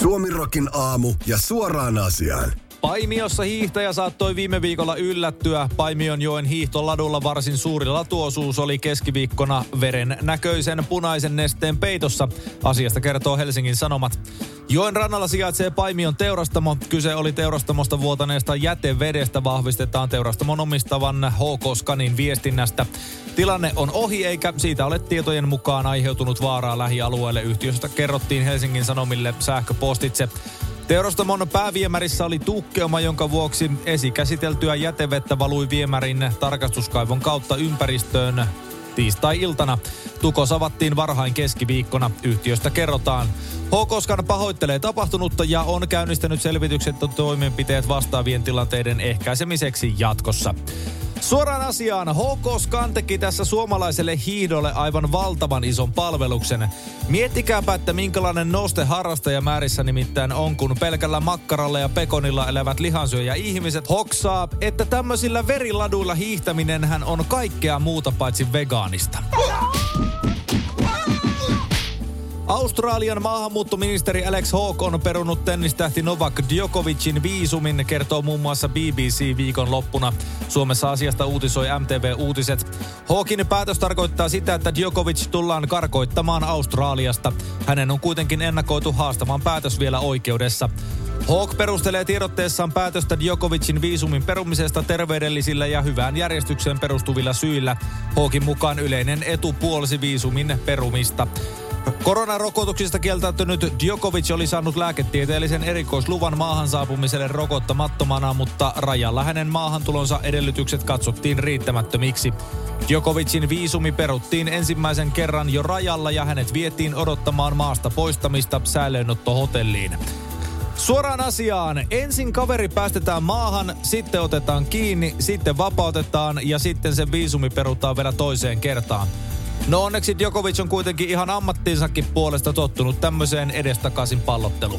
Suomi-rokin aamu ja suoraan asiaan. Paimiossa hiihtäjä saattoi viime viikolla yllättyä. Paimionjoen hiihtoladulla varsin suuri latuosuus oli keskiviikkona veren näköisen punaisen nesteen peitossa. Asiasta kertoo Helsingin Sanomat. Joen rannalla sijaitsee Paimion teurastamo. Kyse oli teurastamosta vuotaneesta jätevedestä, vahvistetaan teurastamon omistavan HK Scanin viestinnästä. Tilanne on ohi eikä siitä ole tietojen mukaan aiheutunut vaaraa lähialueelle. Yhtiöstä kerrottiin Helsingin Sanomille sähköpostitse. Teurastamon pääviemärissä oli tukkeuma, jonka vuoksi esikäsiteltyä jätevettä valui viemärin tarkastuskaivon kautta ympäristöön tiistai-iltana. Tukos avattiin varhain keskiviikkona, yhtiöstä kerrotaan. HK Scan pahoittelee tapahtunutta ja on käynnistänyt selvitykset ja toimenpiteet vastaavien tilanteiden ehkäisemiseksi jatkossa. Suoraan asiaan, HK Scan teki tässä suomalaiselle hiihdolle aivan valtavan ison palveluksen. Miettikääpä, että minkälainen noste harrastajamäärissä nimittäin on, kun pelkällä makkaralla ja pekonilla elävät lihansyöjä ihmiset hoksaa, että tämmöisillä veriladuilla hiihtäminenhän on kaikkea muuta paitsi vegaanista. Australian maahanmuuttoministeri Alex Hawke on perunut tennistähti Novak Djokovicin viisumin, kertoo muun muassa BBC viikonloppuna. Suomessa asiasta uutisoi MTV Uutiset. Hawken päätös tarkoittaa sitä, että Djokovic tullaan karkoittamaan Australiasta. Hänen on kuitenkin ennakoitu haastavan päätös vielä oikeudessa. Hawke perustelee tiedotteessaan päätöstä Djokovicin viisumin perumisesta terveydellisillä ja hyvään järjestykseen perustuvilla syillä. Hawken mukaan yleinen etu puolsi viisumin perumista. Koronarokotuksista kieltäytynyt Djokovic oli saanut lääketieteellisen erikoisluvan maahan saapumiselle rokottamattomana, mutta rajalla hänen maahantulonsa edellytykset katsottiin riittämättömiksi. Djokovicin viisumi peruttiin ensimmäisen kerran jo rajalla ja hänet vietiin odottamaan maasta poistamista säilöönottohotelliin. Suoraan asiaan. Ensin kaveri päästetään maahan, sitten otetaan kiinni, sitten vapautetaan ja sitten se viisumi perutaan vielä toiseen kertaan. No onneksi Djokovic on kuitenkin ihan ammattinsakin puolesta tottunut tämmöiseen edestakaisin pallotteluun.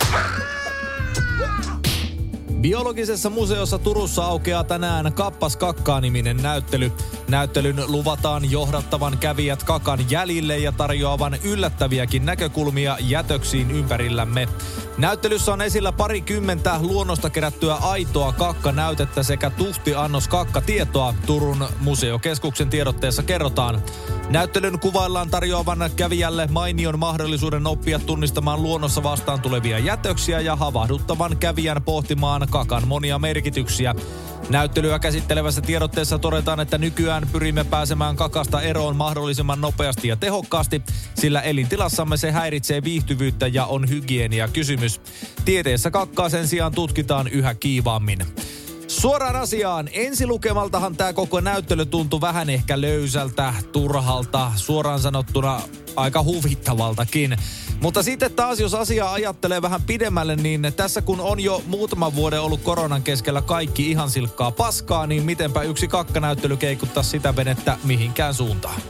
Biologisessa museossa Turussa aukeaa tänään Kappas kakkaa-niminen näyttely. Näyttelyn luvataan johdattavan kävijät kakan jäljille ja tarjoavan yllättäviäkin näkökulmia jätöksiin ympärillämme. Näyttelyssä on esillä 20 luonnosta kerättyä aitoa kakkanäytettä sekä tuhti annos kakkatietoa, Turun museokeskuksen tiedotteessa kerrotaan. Näyttelyn kuvaillaan tarjoavan kävijälle mainion mahdollisuuden oppia tunnistamaan luonnossa vastaan tulevia jätöksiä ja havahduttavan kävijän pohtimaan kakan monia merkityksiä. Näyttelyä käsittelevässä tiedotteessa todetaan, että nykyään pyrimme pääsemään kakasta eroon mahdollisimman nopeasti ja tehokkaasti, sillä elintilassamme se häiritsee viihtyvyyttä ja on hygieniakysymys. Tieteessä kakkaa sen sijaan tutkitaan yhä kiivaammin. Suoraan asiaan, ensilukemaltahan tämä koko näyttely tuntui vähän ehkä löysältä, turhalta, suoraan sanottuna aika huvittavaltakin. Mutta sitten taas, jos asiaa ajattelee vähän pidemmälle, niin tässä kun on jo muutaman vuoden ollut koronan keskellä kaikki ihan silkkaa paskaa, niin mitenpä yksi kakkanäyttely keikuttaa sitä venettä mihinkään suuntaan.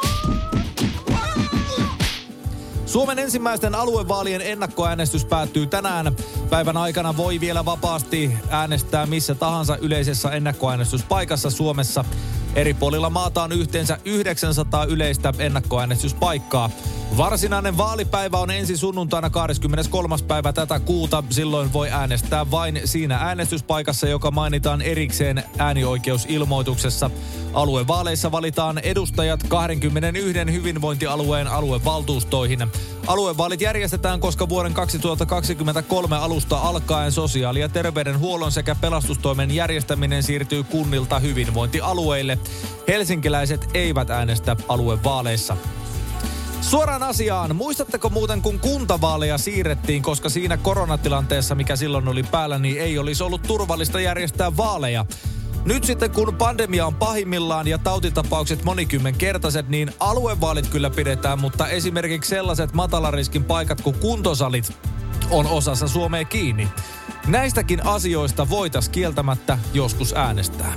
Suomen ensimmäisten aluevaalien ennakkoäänestys päättyy tänään. Päivän aikana voi vielä vapaasti äänestää missä tahansa yleisessä ennakkoäänestyspaikassa Suomessa. Eri puolilla maata on yhteensä 900 yleistä ennakkoäänestyspaikkaa. Varsinainen vaalipäivä on ensi sunnuntaina 23. päivä tätä kuuta. Silloin voi äänestää vain siinä äänestyspaikassa, joka mainitaan erikseen äänioikeusilmoituksessa. Aluevaaleissa valitaan edustajat 21 hyvinvointialueen aluevaltuustoihin. Aluevaalit järjestetään, koska vuoden 2023 alusta alkaen sosiaali- ja terveydenhuollon sekä pelastustoimen järjestäminen siirtyy kunnilta hyvinvointialueille. Helsinkiläiset eivät äänestä aluevaaleissa. Suoraan asiaan. Muistatteko muuten, kun kuntavaaleja siirrettiin, koska siinä koronatilanteessa, mikä silloin oli päällä, niin ei olisi ollut turvallista järjestää vaaleja? Nyt sitten, kun pandemia on pahimmillaan ja tautitapaukset monikymmenkertaiset, niin aluevaalit kyllä pidetään, mutta esimerkiksi sellaiset matalariskin paikat kuin kuntosalit on osassa Suomea kiinni. Näistäkin asioista voitaisiin kieltämättä joskus äänestää.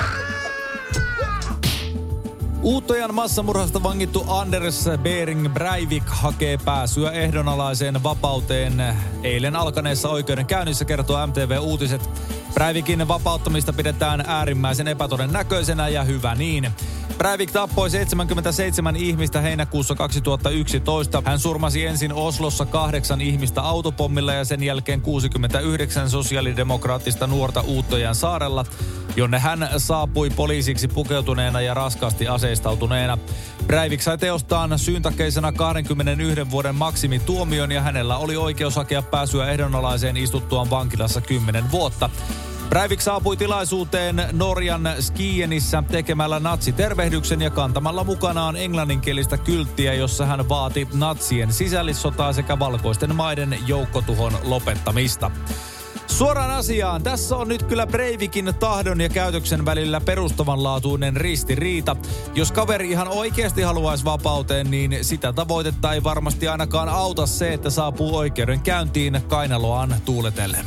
Uuttojan massamurhasta vangittu Anders Behring Breivik hakee pääsyä ehdonalaiseen vapauteen. Eilen alkaneessa oikeudenkäynnissä kertoo MTV Uutiset. Breivikin vapauttamista pidetään äärimmäisen epätodennäköisenä ja hyvä niin. Breivik tappoi 77 ihmistä heinäkuussa 2011. Hän surmasi ensin Oslossa 8 ihmistä autopommilla ja sen jälkeen 69 sosiaalidemokraattista nuorta Uuttojan saarella, jonne hän saapui poliisiksi pukeutuneena ja raskaasti aseistautuneena. Breivik sai teostaan syyntakeisena 21 vuoden maksimituomion ja hänellä oli oikeus hakea pääsyä ehdonalaiseen istuttuaan vankilassa 10 vuotta. Breivik saapui tilaisuuteen Norjan Skienissä tekemällä natsitervehdyksen ja kantamalla mukanaan englanninkielistä kylttiä, jossa hän vaati natsien sisällissotaa sekä valkoisten maiden joukkotuhon lopettamista. Suoraan asiaan. Tässä on nyt kyllä Breivikin tahdon ja käytöksen välillä perustavanlaatuinen ristiriita. Jos kaveri ihan oikeasti haluaisi vapauteen, niin sitä tavoitetta ei varmasti ainakaan auta se, että saapuu oikeudenkäyntiin kainaloaan tuuletellen.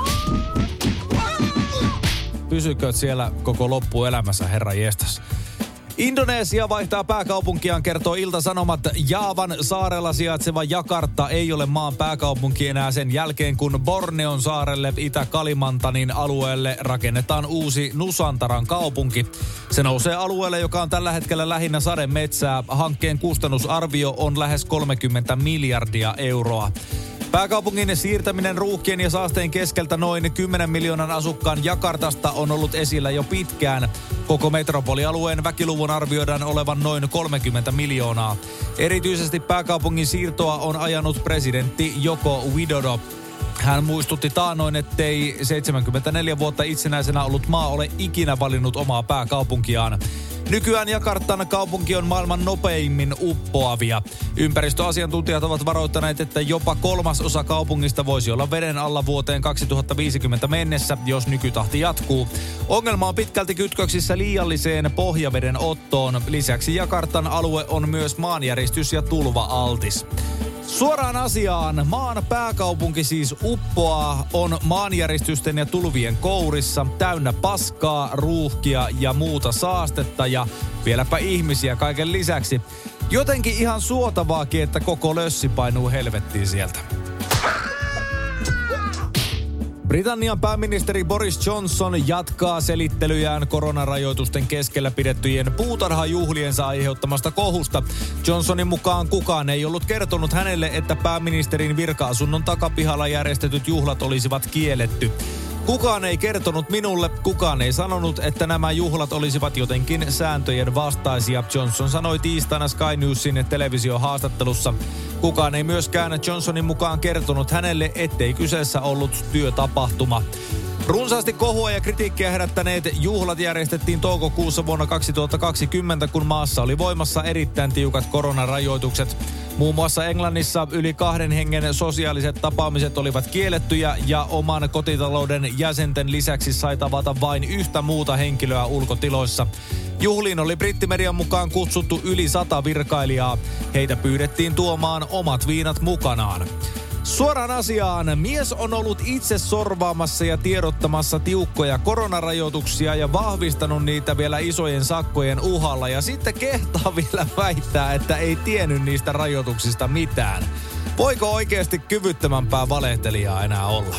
Pysykö siellä koko loppuelämässä, herra jestas. Indonesia vaihtaa pääkaupunkiaan, kertoo Ilta-Sanomat. Jaavan saarella sijaitseva Jakarta ei ole maan pääkaupunki enää sen jälkeen, kun Borneon saarelle Itä-Kalimantanin alueelle rakennetaan uusi Nusantaran kaupunki. Se nousee alueelle, joka on tällä hetkellä lähinnä sademetsää. Hankkeen kustannusarvio on lähes 30 miljardia euroa. Pääkaupungin siirtäminen ruuhkien ja saasteen keskeltä noin 10 miljoonan asukkaan Jakartasta on ollut esillä jo pitkään. Koko metropolialueen väkiluvun arvioidaan olevan noin 30 miljoonaa. Erityisesti pääkaupungin siirtoa on ajanut presidentti Joko Widodo. Hän muistutti taannoin, ettei 74 vuotta itsenäisenä ollut maa ole ikinä valinnut omaa pääkaupunkiaan. Nykyään Jakartan kaupunki on maailman nopeimmin uppoavia. Ympäristöasiantuntijat ovat varoittaneet, että jopa 1/3 kaupungista voisi olla veden alla vuoteen 2050 mennessä, jos nykytahti jatkuu. Ongelma on pitkälti kytköksissä liialliseen pohjaveden ottoon. Lisäksi Jakartan alue on myös maanjäristys- ja tulva-altis. Suoraan asiaan. Maan pääkaupunki siis uppoaa, on maanjäristysten ja tulvien kourissa, täynnä paskaa, ruuhkia ja muuta saastetta ja vieläpä ihmisiä kaiken lisäksi. Jotenkin ihan suotavaakin, että koko lössi painuu helvettiin sieltä. Britannian pääministeri Boris Johnson jatkaa selittelyjään koronarajoitusten keskellä pidettyjen puutarhajuhliensa aiheuttamasta kohusta. Johnsonin mukaan kukaan ei ollut kertonut hänelle, että pääministerin virka-asunnon takapihalla järjestetyt juhlat olisivat kielletty. Kukaan ei kertonut minulle, kukaan ei sanonut, että nämä juhlat olisivat jotenkin sääntöjen vastaisia, Johnson sanoi tiistaina Sky Newsin televisiohaastattelussa. Kukaan ei myöskään Johnsonin mukaan kertonut hänelle, ettei kyseessä ollut työtapahtuma. Runsaasti kohua ja kritiikkiä herättäneet juhlat järjestettiin toukokuussa vuonna 2020, kun maassa oli voimassa erittäin tiukat koronarajoitukset. Muun muassa Englannissa yli 2 hengen sosiaaliset tapaamiset olivat kiellettyjä ja oman kotitalouden jäsenten lisäksi sai tavata vain yhtä muuta henkilöä ulkotiloissa. Juhliin oli brittimedian mukaan kutsuttu yli 100 virkailijaa. Heitä pyydettiin tuomaan omat viinat mukanaan. Suoraan asiaan. Mies on ollut itse sorvaamassa ja tiedottamassa tiukkoja koronarajoituksia ja vahvistanut niitä vielä isojen sakkojen uhalla. Ja sitten kehtaa vielä väittää, että ei tiennyt niistä rajoituksista mitään. Voiko oikeasti kyvyttömämpää valehtelijaa enää olla?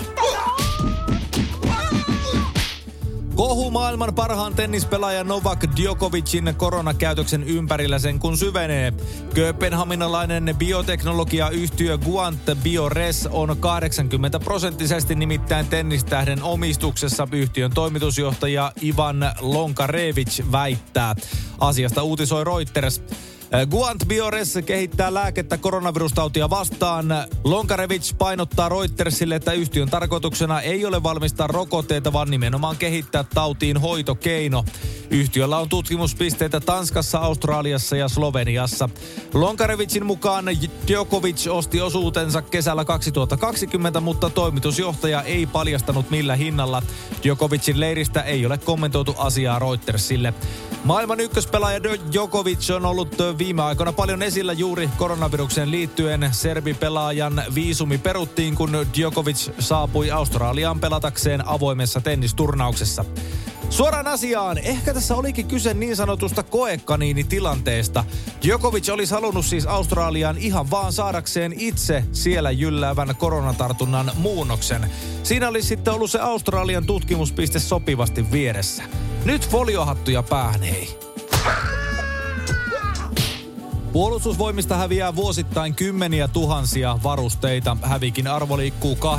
Kohu maailman parhaan tennispelaajan Novak Djokovicin koronakäytöksen ympärillä sen kun syvenee. Kööpenhaminalainen bioteknologiayhtiö Guant Biores on 80% nimittäin tennistähden omistuksessa, yhtiön toimitusjohtaja Ivan Lonkarevich väittää. Asiasta uutisoi Reuters. Guant Biores kehittää lääkettä koronavirustautia vastaan. Lonkarevich painottaa Reutersille, että yhtiön tarkoituksena ei ole valmistaa rokotteita, vaan nimenomaan kehittää tautiin hoitokeino. Yhtiöllä on tutkimuspisteitä Tanskassa, Australiassa ja Sloveniassa. Lonkarevichin mukaan Djokovic osti osuutensa kesällä 2020, mutta toimitusjohtaja ei paljastanut millä hinnalla. Djokovicin leiristä ei ole kommentoitu asiaa Reutersille. Maailman ykköspelaaja Djokovic on ollut viime aikoina paljon esillä juuri koronavirukseen liittyen. Serbipelaajan viisumi peruttiin, kun Djokovic saapui Australiaan pelatakseen avoimessa tennisturnauksessa. Suoraan asiaan, ehkä tässä olikin kyse niin sanotusta koekaniinitilanteesta. Djokovic olisi halunnut siis Australiaan ihan vaan saadakseen itse siellä jylläävän koronatartunnan muunnoksen. Siinä olisi sitten ollut se Australian tutkimuspiste sopivasti vieressä. Nyt foliohattuja päähän, hei. Puolustusvoimista häviää vuosittain kymmeniä tuhansia varusteita. Hävikin arvo liikkuu 200-300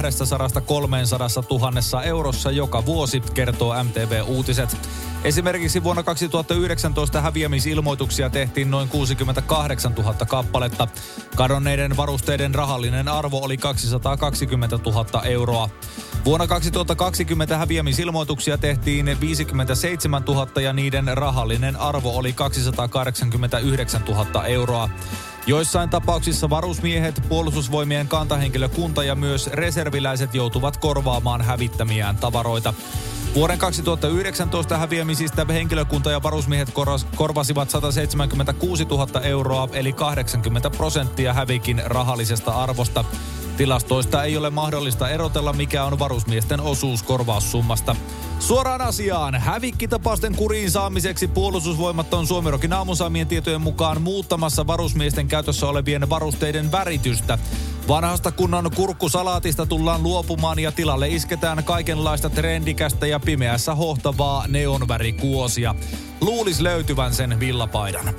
000 eurossa joka vuosi, kertoo MTV Uutiset. Esimerkiksi vuonna 2019 häviämisilmoituksia tehtiin noin 68 000 kappaletta. Kadonneiden varusteiden rahallinen arvo oli 220 000 euroa. Vuonna 2020 häviämisilmoituksia tehtiin 57 000 ja niiden rahallinen arvo oli 289 000 euroa. Joissain tapauksissa varusmiehet, puolustusvoimien kantahenkilökunta ja myös reserviläiset joutuvat korvaamaan hävittämiään tavaroita. Vuoden 2019 häviämisistä henkilökunta ja varusmiehet korvasivat 176 000 euroa, eli 80% hävikin rahallisesta arvosta. Tilastoista ei ole mahdollista erotella, mikä on varusmiesten osuus korvaussummasta. Suoraan asiaan. Hävikkitapausten kuriin saamiseksi Puolustusvoimat on Suomi-Rokin aamun saamien tietojen mukaan muuttamassa varusmiesten käytössä olevien varusteiden väritystä. Vanhasta kunnon kurkkusalaatista tullaan luopumaan ja tilalle isketään kaikenlaista trendikästä ja pimeässä hohtavaa neonvärikuosia. Luulis löytyvän sen villapaidan.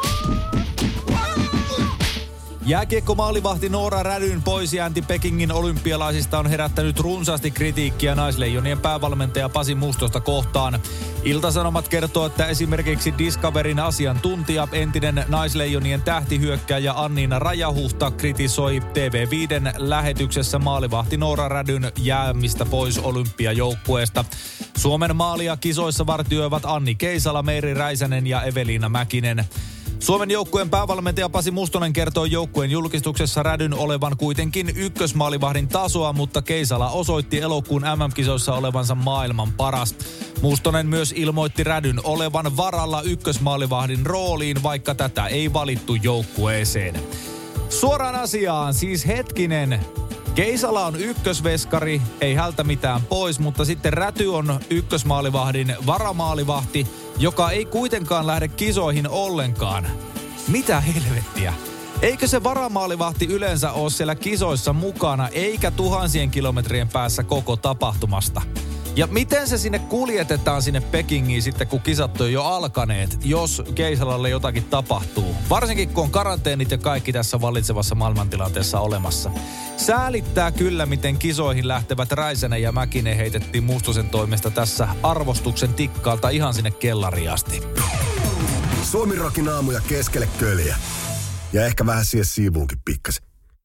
Jääkiekko-maalivahti Noora Rädyn poisjäänti Pekingin olympialaisista on herättänyt runsaasti kritiikkiä Naisleijonien päävalmentaja Pasi Mustosta kohtaan. Ilta-Sanomat kertoo, että esimerkiksi Discoverin asiantuntija, entinen Naisleijonien tähtihyökkääjä Anniina Rajahuhta kritisoi TV5 lähetyksessä maalivahti Noora Rädyn jäämistä pois olympiajoukkueesta. Suomen maalia kisoissa vartioivat Anni Keisala, Meeri Räisänen ja Eveliina Mäkinen. Suomen joukkueen päävalmentaja Pasi Mustonen kertoi joukkueen julkistuksessa Rädyn olevan kuitenkin ykkösmaalivahdin tasoa, mutta Keisala osoitti elokuun MM-kisoissa olevansa maailman paras. Mustonen myös ilmoitti Rädyn olevan varalla ykkösmaalivahdin rooliin, vaikka tätä ei valittu joukkueeseen. Suoraan asiaan, siis hetkinen. Keisala on ykkösveskari, ei hältä mitään pois, mutta sitten Räty on ykkösmaalivahdin varamaalivahti, joka ei kuitenkaan lähde kisoihin ollenkaan. Mitä helvettiä? Eikö se varamaalivahti yleensä ole siellä kisoissa mukana, eikä tuhansien kilometrien päässä koko tapahtumasta? Ja miten se sinne kuljetetaan sinne Pekingiin sitten, kun kisat on jo alkaneet, jos Keisalalle jotakin tapahtuu? Varsinkin kun on karanteenit ja kaikki tässä vallitsevassa maailmantilanteessa olemassa. Säälittää kyllä, miten kisoihin lähtevät Räisänen ja Mäkinen heitettiin Mustosen toimesta tässä arvostuksen tikkaalta ihan sinne kellariin asti. Suomi-Rokin aamuja keskelle köljä. Ja ehkä vähän siihen siivuunkin pikkasen.